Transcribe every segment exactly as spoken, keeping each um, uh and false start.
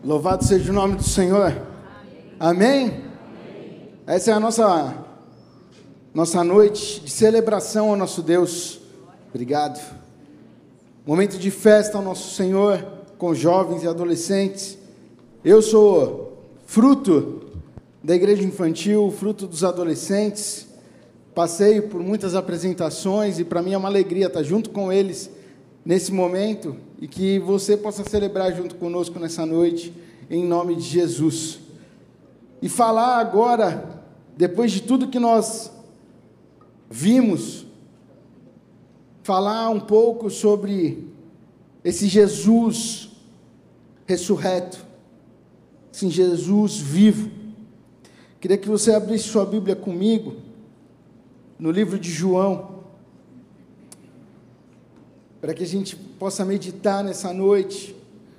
Louvado seja o nome do Senhor. Amém? Amém? Amém. Essa é a nossa, nossa noite de celebração ao nosso Deus. Obrigado. Momento de festa ao nosso Senhor, com jovens e adolescentes. Eu sou fruto da igreja infantil, fruto dos adolescentes. Passei por muitas apresentações e para mim é uma alegria estar junto com eles nesse momento e que você possa celebrar junto conosco nessa noite, em nome de Jesus. E falar agora, depois de tudo que nós vimos, falar um pouco sobre esse Jesus ressurreto, esse Jesus vivo. Queria que você abrisse sua Bíblia comigo, no livro de João, para que a gente possa meditar nessa noite.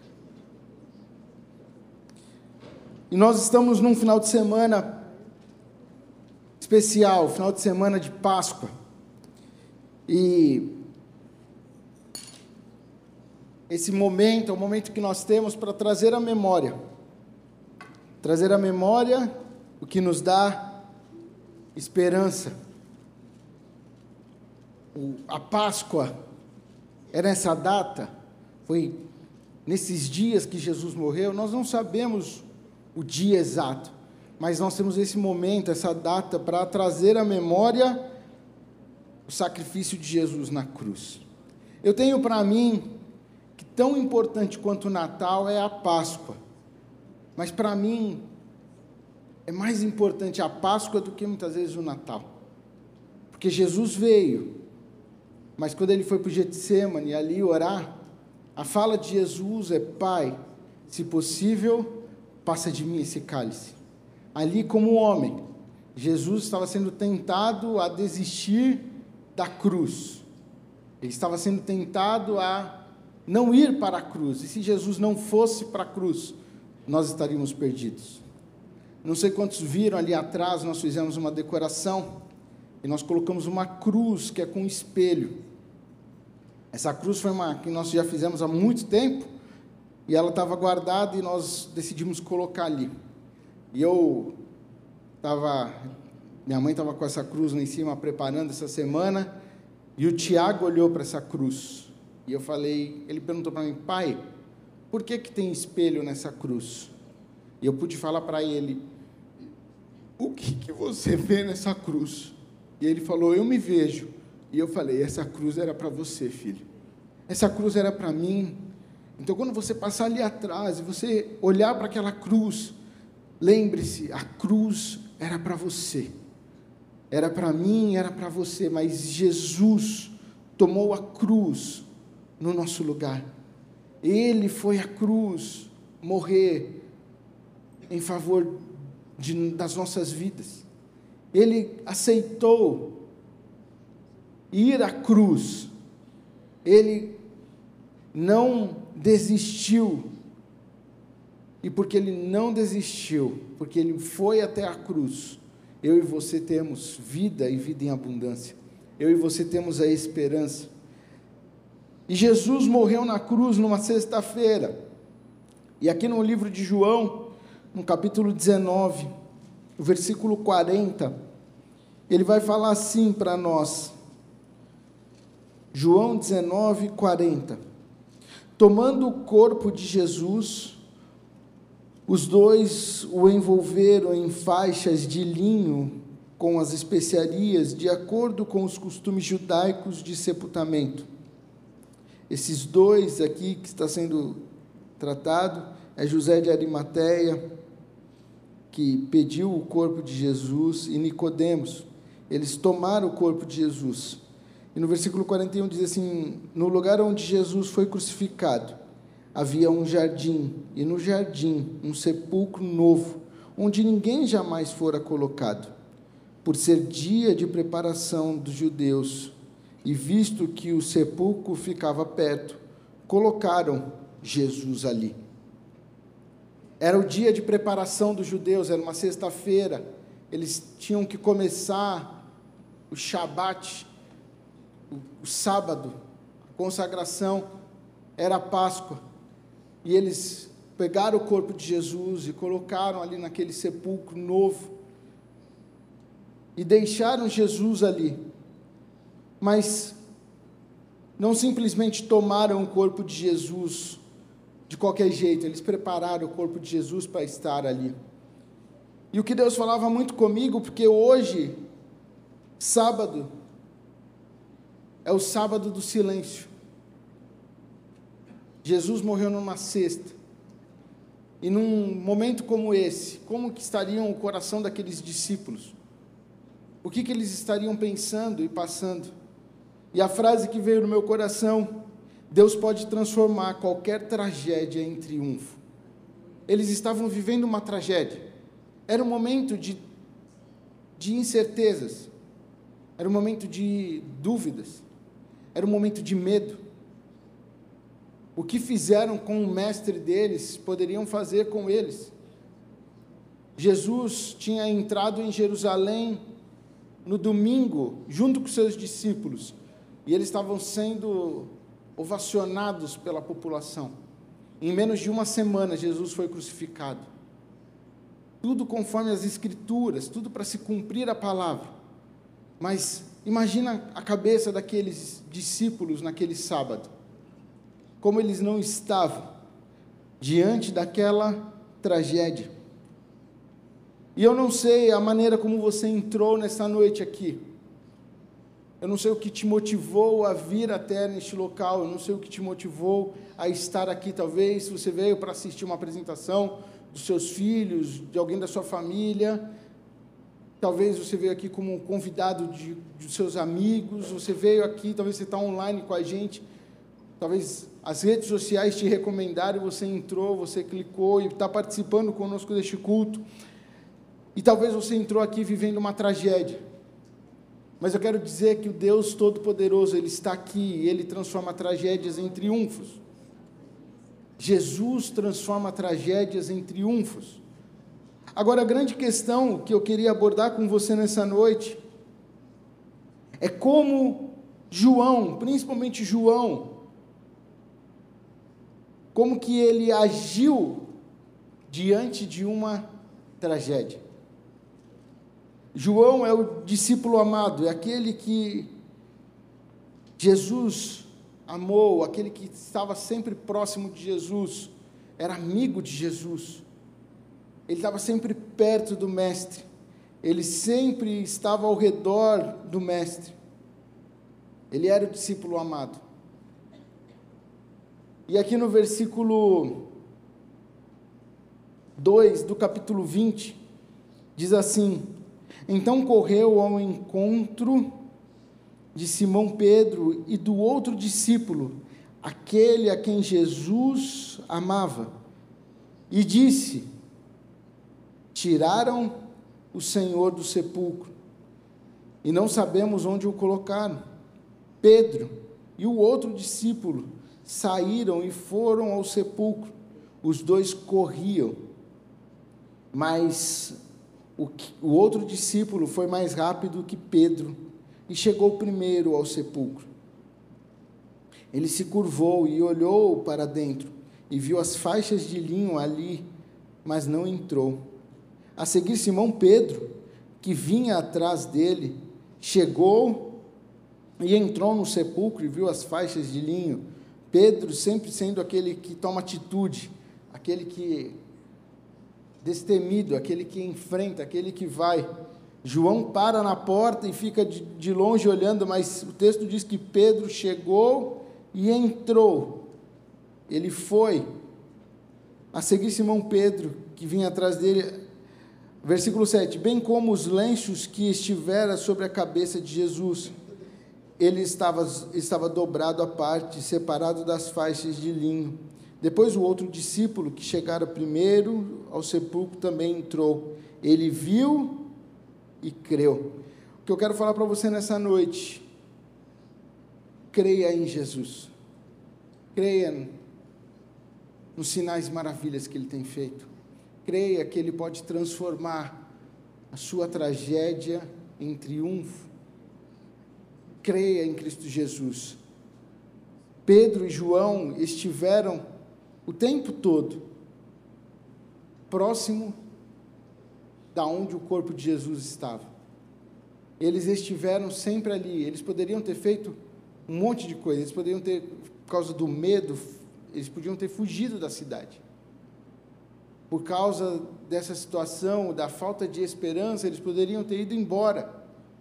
E nós estamos num final de semana especial, final de semana de Páscoa. E esse momento é o momento que nós temos para trazer a memória. Trazer a memória o que nos dá esperança. O, a Páscoa é nessa data, foi nesses dias que Jesus morreu. Nós não sabemos o dia exato, mas nós temos esse momento, essa data, para trazer à memória o sacrifício de Jesus na cruz. Eu tenho para mim que tão importante quanto o Natal é a Páscoa, mas para mim é mais importante a Páscoa do que muitas vezes o Natal, porque Jesus veio. Mas quando ele foi para o Getsemane, ali orar, a fala de Jesus é: Pai, se possível, passa de mim esse cálice. Ali, como homem, Jesus estava sendo tentado a desistir da cruz. Ele estava sendo tentado a não ir para a cruz. E se Jesus não fosse para a cruz, nós estaríamos perdidos. Não sei quantos viram ali atrás, nós fizemos uma decoração e nós colocamos uma cruz que é com espelho. Essa cruz foi uma que nós já fizemos há muito tempo, e ela estava guardada e nós decidimos colocar ali. E eu estava, minha mãe estava com essa cruz lá em cima, preparando essa semana, e o Tiago olhou para essa cruz, e eu falei, ele perguntou para mim: pai, por que que tem espelho nessa cruz? E eu pude falar para ele: o que que você vê nessa cruz? E ele falou: eu me vejo. E eu falei: essa cruz era para você, filho. Essa cruz era para mim. Então, quando você passar ali atrás e você olhar para aquela cruz, lembre-se, a cruz era para você. Era para mim, era para você, mas Jesus tomou a cruz no nosso lugar. Ele foi à cruz morrer em favor de, das nossas vidas. Ele aceitou ir à cruz. Ele não desistiu. E porque ele não desistiu, porque ele foi até a cruz, eu e você temos vida e vida em abundância. Eu e você temos a esperança. E Jesus morreu na cruz numa sexta-feira. E aqui no livro de João, no capítulo dezenove, no versículo quarenta, ele vai falar assim para nós. João dezenove, quarenta. Tomando o corpo de Jesus, os dois o envolveram em faixas de linho com as especiarias, de acordo com os costumes judaicos de sepultamento. Esses dois aqui que está sendo tratado é José de Arimateia, que pediu o corpo de Jesus, e Nicodemos. Eles tomaram o corpo de Jesus. E no versículo quarenta e um diz assim: no lugar onde Jesus foi crucificado, havia um jardim, e no jardim um sepulcro novo, onde ninguém jamais fora colocado. Por ser dia de preparação dos judeus, e visto que o sepulcro ficava perto, colocaram Jesus ali. Era o dia de preparação dos judeus, era uma sexta-feira, eles tinham que começar o Shabat, o, o sábado, a consagração, era a Páscoa, e eles pegaram o corpo de Jesus e colocaram ali naquele sepulcro novo, e deixaram Jesus ali, mas não simplesmente tomaram o corpo de Jesus de qualquer jeito, eles prepararam o corpo de Jesus para estar ali. E o que Deus falava muito comigo, porque hoje, sábado, é o sábado do silêncio. Jesus morreu numa sexta, e num momento como esse, como que estariam o coração daqueles discípulos? O que que eles estariam pensando e passando? E a frase que veio no meu coração: Deus pode transformar qualquer tragédia em triunfo. Eles estavam vivendo uma tragédia, era um momento de, de incertezas, era um momento de dúvidas, era um momento de medo. O que fizeram com o mestre deles, poderiam fazer com eles. Jesus tinha entrado em Jerusalém no domingo, junto com seus discípulos, e eles estavam sendo ovacionados pela população. Em menos de uma semana, Jesus foi crucificado. Tudo conforme as Escrituras, tudo para se cumprir a palavra. Mas imagina a cabeça daqueles discípulos naquele sábado, como eles não estavam diante daquela tragédia. E eu não sei a maneira como você entrou nessa noite aqui. Eu não sei o que te motivou a vir até neste local, eu não sei o que te motivou a estar aqui. Talvez você veio para assistir uma apresentação dos seus filhos, de alguém da sua família. Talvez você veio aqui como convidado de, de seus amigos, você veio aqui, talvez você está online com a gente, talvez as redes sociais te recomendaram, você entrou, você clicou e está participando conosco deste culto. E talvez você entrou aqui vivendo uma tragédia, mas eu quero dizer que o Deus Todo-Poderoso, Ele está aqui, e Ele transforma tragédias em triunfos. Jesus transforma tragédias em triunfos. Agora, a grande questão que eu queria abordar com você nessa noite, é como João, principalmente João, como que ele agiu diante de uma tragédia. João é o discípulo amado, é aquele que Jesus amou, aquele que estava sempre próximo de Jesus, era amigo de Jesus, ele estava sempre perto do mestre, ele sempre estava ao redor do mestre, ele era o discípulo amado. E aqui no versículo dois do capítulo vinte, diz assim: então correu ao encontro de Simão Pedro e do outro discípulo, aquele a quem Jesus amava, e disse: tiraram o Senhor do sepulcro, e não sabemos onde o colocaram. Pedro e o outro discípulo saíram e foram ao sepulcro. Os dois corriam, mas o, o outro discípulo foi mais rápido que Pedro e chegou primeiro ao sepulcro. Ele se curvou e olhou para dentro e viu as faixas de linho ali, mas não entrou. A seguir, Simão Pedro, que vinha atrás dele, chegou e entrou no sepulcro e viu as faixas de linho. Pedro sempre sendo aquele que toma atitude, aquele que destemido, aquele que enfrenta, aquele que vai. João para na porta e fica de, de longe olhando, mas o texto diz que Pedro chegou e entrou. Ele foi. A seguir, Simão Pedro, que vinha atrás dele, versículo sete, bem como os lenços que estivera sobre a cabeça de Jesus, ele estava, estava dobrado à parte, separado das faixas de linho. Depois o outro discípulo, que chegara primeiro ao sepulcro, também entrou. Ele viu e creu. O que eu quero falar para você nessa noite: creia em Jesus, creia nos sinais e maravilhas que Ele tem feito, creia que Ele pode transformar a sua tragédia em triunfo. Creia em Cristo Jesus. Pedro e João estiveram o tempo todo próximo da onde o corpo de Jesus estava. Eles estiveram sempre ali. Eles poderiam ter feito um monte de coisa. Eles poderiam ter, por causa do medo, eles podiam ter fugido da cidade. Por causa dessa situação, da falta de esperança, eles poderiam ter ido embora.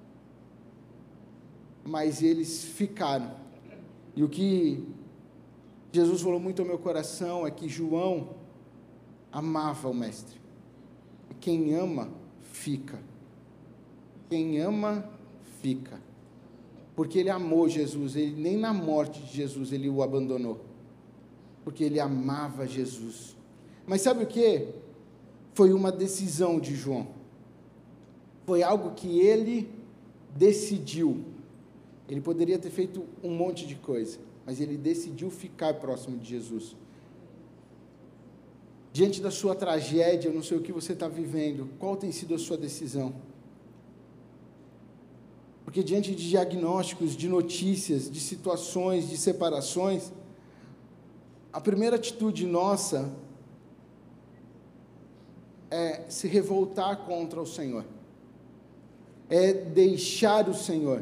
Mas eles ficaram. E o que Jesus falou muito ao meu coração é que João amava o Mestre. E quem ama, fica. Quem ama, fica. Porque ele amou Jesus, ele, nem na morte de Jesus ele o abandonou. Porque ele amava Jesus. Mas sabe o que? Foi uma decisão de João. Foi algo que ele decidiu. Ele poderia ter feito um monte de coisa, mas ele decidiu ficar próximo de Jesus. Diante da sua tragédia, eu não sei o que você está vivendo, qual tem sido a sua decisão? Porque diante de diagnósticos, de notícias, de situações, de separações, a primeira atitude nossa é se revoltar contra o Senhor, é deixar o Senhor,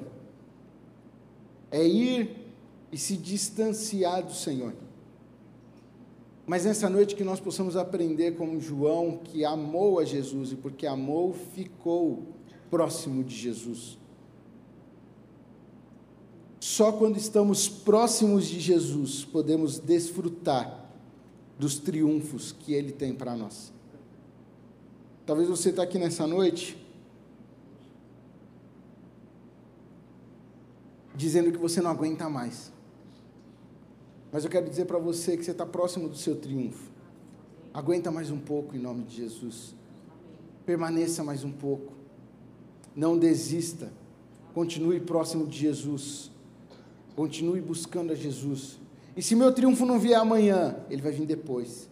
é ir e se distanciar do Senhor. Mas nessa noite que nós possamos aprender como João, que amou a Jesus, e porque amou, ficou próximo de Jesus. Só quando estamos próximos de Jesus, podemos desfrutar dos triunfos que Ele tem para nós. Talvez você está aqui nessa noite dizendo que você não aguenta mais. Mas eu quero dizer para você que você está próximo do seu triunfo. Aguenta mais um pouco em nome de Jesus. Permaneça mais um pouco. Não desista. Continue próximo de Jesus. Continue buscando a Jesus. E se meu triunfo não vier amanhã, ele vai vir depois.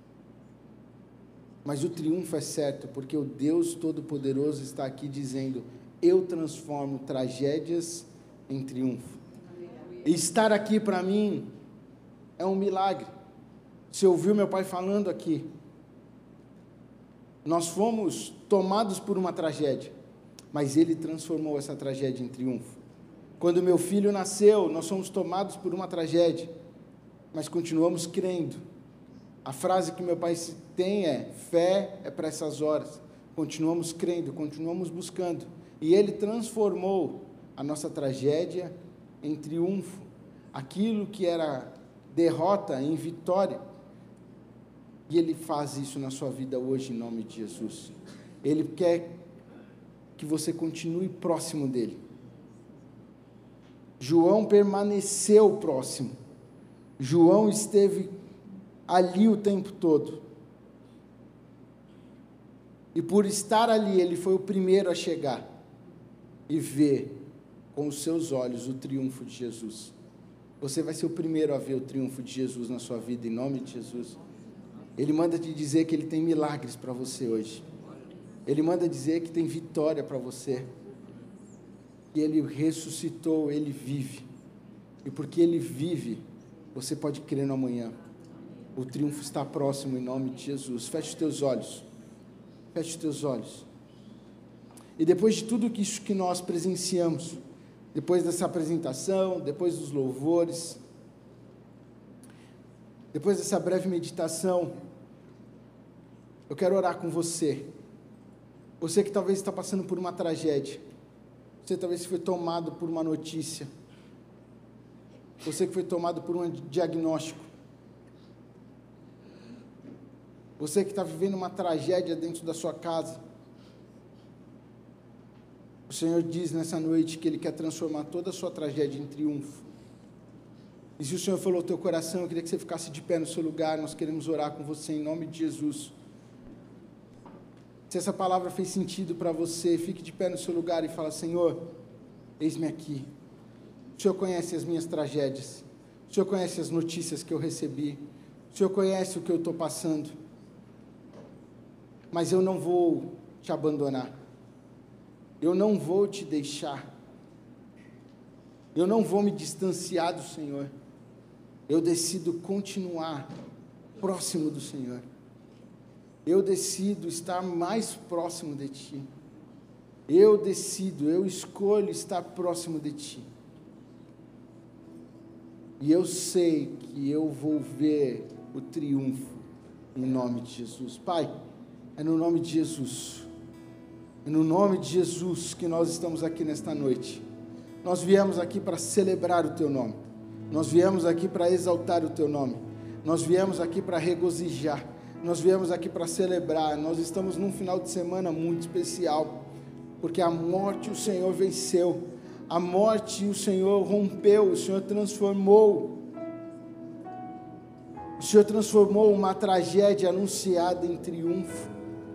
Mas o triunfo é certo, porque o Deus Todo-Poderoso está aqui dizendo: eu transformo tragédias em triunfo. E estar aqui para mim é um milagre. Você ouviu meu pai falando aqui. Nós fomos tomados por uma tragédia, mas ele transformou essa tragédia em triunfo. Quando meu filho nasceu, nós fomos tomados por uma tragédia, mas continuamos crendo. A frase que meu pai tem é: fé é para essas horas. Continuamos crendo, continuamos buscando. E ele transformou a nossa tragédia em triunfo. Aquilo que era derrota em vitória. E Ele faz isso na sua vida hoje, em nome de Jesus. Ele quer que você continue próximo dEle. João permaneceu próximo. João esteve ali o tempo todo. E por estar ali, ele foi o primeiro a chegar e ver com os seus olhos o triunfo de Jesus. Você vai ser o primeiro a ver o triunfo de Jesus na sua vida, em nome de Jesus. Ele manda te dizer que Ele tem milagres para você hoje. Ele manda dizer que tem vitória para você. Que Ele ressuscitou, Ele vive. E porque Ele vive, você pode crer no amanhã. O triunfo está próximo, em nome de Jesus. Feche os teus olhos. Feche os teus olhos. E depois de tudo isso que nós presenciamos, depois dessa apresentação, depois dos louvores, depois dessa breve meditação, eu quero orar com você. Você que talvez está passando por uma tragédia. Você talvez foi tomado por uma notícia. Você que foi tomado por um diagnóstico. Você que está vivendo uma tragédia dentro da sua casa. O Senhor diz nessa noite que Ele quer transformar toda a sua tragédia em triunfo. E se o Senhor falou ao teu coração, eu queria que você ficasse de pé no seu lugar. Nós queremos orar com você em nome de Jesus. Se essa palavra fez sentido para você, fique de pé no seu lugar e fala: Senhor, eis-me aqui. O Senhor conhece as minhas tragédias. O Senhor conhece as notícias que eu recebi. O Senhor conhece o que eu estou passando. Mas eu não vou te abandonar. Eu não vou te deixar. Eu não vou me distanciar do Senhor. Eu decido continuar próximo do Senhor. Eu decido estar mais próximo de Ti. Eu decido, eu escolho estar próximo de Ti. E eu sei que eu vou ver o triunfo em nome de Jesus. Pai, é no nome de Jesus, é no nome de Jesus que nós estamos aqui nesta noite. Nós viemos aqui para celebrar o Teu nome, nós viemos aqui para exaltar o Teu nome, nós viemos aqui para regozijar, nós viemos aqui para celebrar. Nós estamos num final de semana muito especial, porque a morte o Senhor venceu, a morte o Senhor rompeu, o Senhor transformou, o Senhor transformou uma tragédia anunciada em triunfo.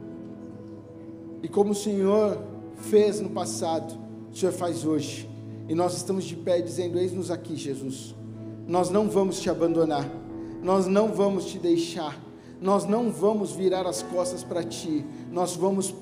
E como o Senhor fez no passado, o Senhor faz hoje. E nós estamos de pé dizendo: eis-nos aqui, Jesus. Nós não vamos te abandonar, nós não vamos te deixar, nós não vamos virar as costas para Ti, nós vamos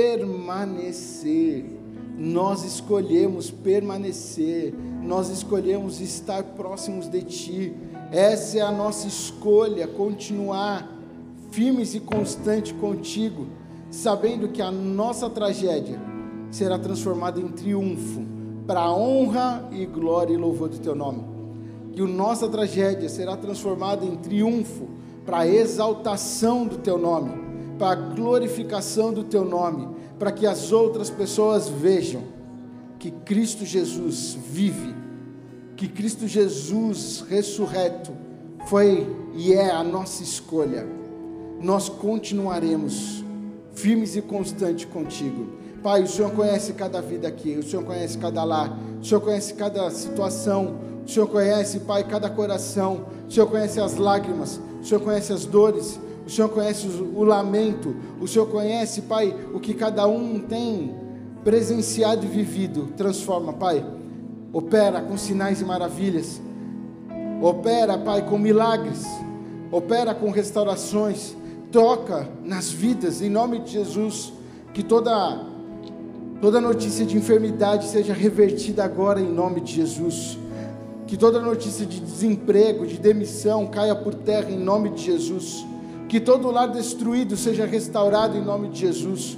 permanecer. Nós escolhemos permanecer, nós escolhemos estar próximos de Ti. Essa é a nossa escolha, continuar firmes e constantes contigo, sabendo que a nossa tragédia será transformada em triunfo, para a honra e glória e louvor do Teu nome. Que a nossa tragédia será transformada em triunfo, para a exaltação do Teu nome, para a glorificação do Teu nome, para que as outras pessoas vejam que Cristo Jesus vive, que Cristo Jesus ressurreto foi e é a nossa escolha. Nós continuaremos firmes e constantes contigo. Pai, o Senhor conhece cada vida aqui, o Senhor conhece cada lar, o Senhor conhece cada situação, o Senhor conhece, Pai, cada coração, o Senhor conhece as lágrimas, o Senhor conhece as dores, o Senhor conhece o, o lamento, o Senhor conhece, Pai, o que cada um tem presenciado e vivido. Transforma, Pai, opera com sinais e maravilhas, opera, Pai, com milagres, opera com restaurações, toca nas vidas, em nome de Jesus. Que toda, toda notícia de enfermidade seja revertida agora em nome de Jesus. Que toda notícia de desemprego, de demissão caia por terra em nome de Jesus. Que todo lar destruído seja restaurado em nome de Jesus.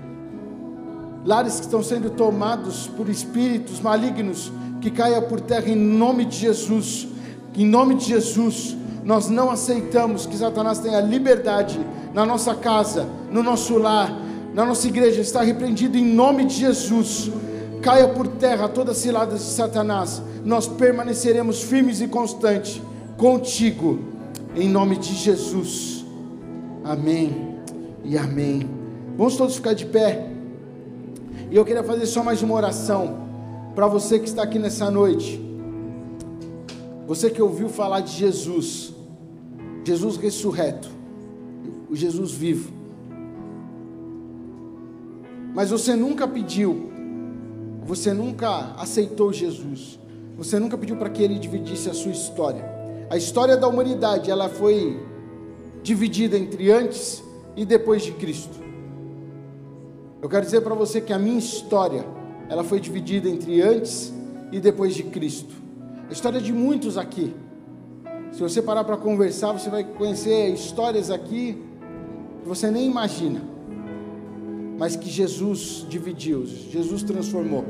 Lares que estão sendo tomados por espíritos malignos, que caia por terra em nome de Jesus. Que em nome de Jesus nós não aceitamos que Satanás tenha liberdade na nossa casa, no nosso lar, na nossa igreja. Está repreendido em nome de Jesus. Caia por terra toda cilada de Satanás. Nós permaneceremos firmes e constantes contigo, em nome de Jesus. Amém e amém. Vamos todos ficar de pé. E eu queria fazer só mais uma oração para você que está aqui nessa noite. Você que ouviu falar de Jesus, Jesus ressurreto, o Jesus vivo, mas você nunca pediu, você nunca aceitou Jesus, você nunca pediu para que Ele dividisse a sua história. A história da humanidade, ela foi dividida entre antes e depois de Cristo. Eu quero dizer para você que a minha história, ela foi dividida entre antes e depois de Cristo. A história de muitos aqui, se você parar para conversar, você vai conhecer histórias aqui que você nem imagina, mas que Jesus dividiu, Jesus transformou.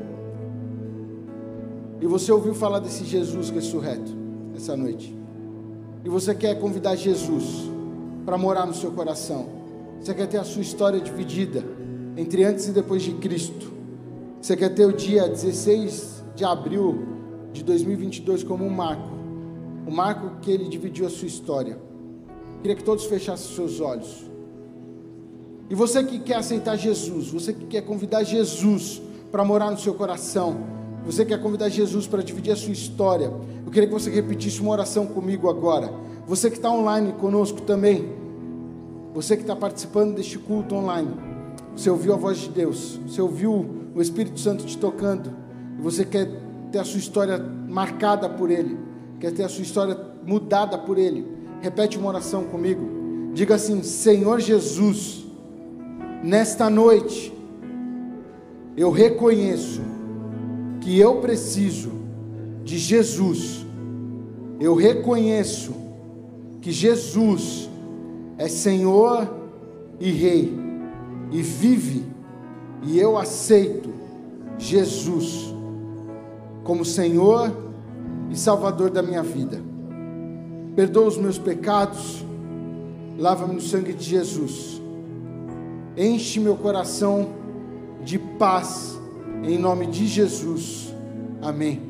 E você ouviu falar desse Jesus ressurreto essa noite, e você quer convidar Jesus para morar no seu coração. Você quer ter a sua história dividida entre antes e depois de Cristo. Você quer ter o dia dezesseis de abril de dois mil e vinte e dois como um marco, o marco que Ele dividiu a sua história. Queria que todos fechassem seus olhos. E você que quer aceitar Jesus, você que quer convidar Jesus para morar no seu coração, você quer convidar Jesus para dividir a sua história, eu queria que você repetisse uma oração comigo agora. Você que está online conosco também, você que está participando deste culto online, você ouviu a voz de Deus, você ouviu o Espírito Santo te tocando, e você quer ter a sua história marcada por Ele, quer ter a sua história mudada por Ele. Repete uma oração comigo, diga assim: Senhor Jesus, nesta noite, eu reconheço que eu preciso de Jesus, eu reconheço que Jesus é Senhor e Rei, e vive, e eu aceito Jesus como Senhor e Salvador da minha vida. Perdoa os meus pecados, lava-me no sangue de Jesus, enche meu coração de paz, em nome de Jesus, amém.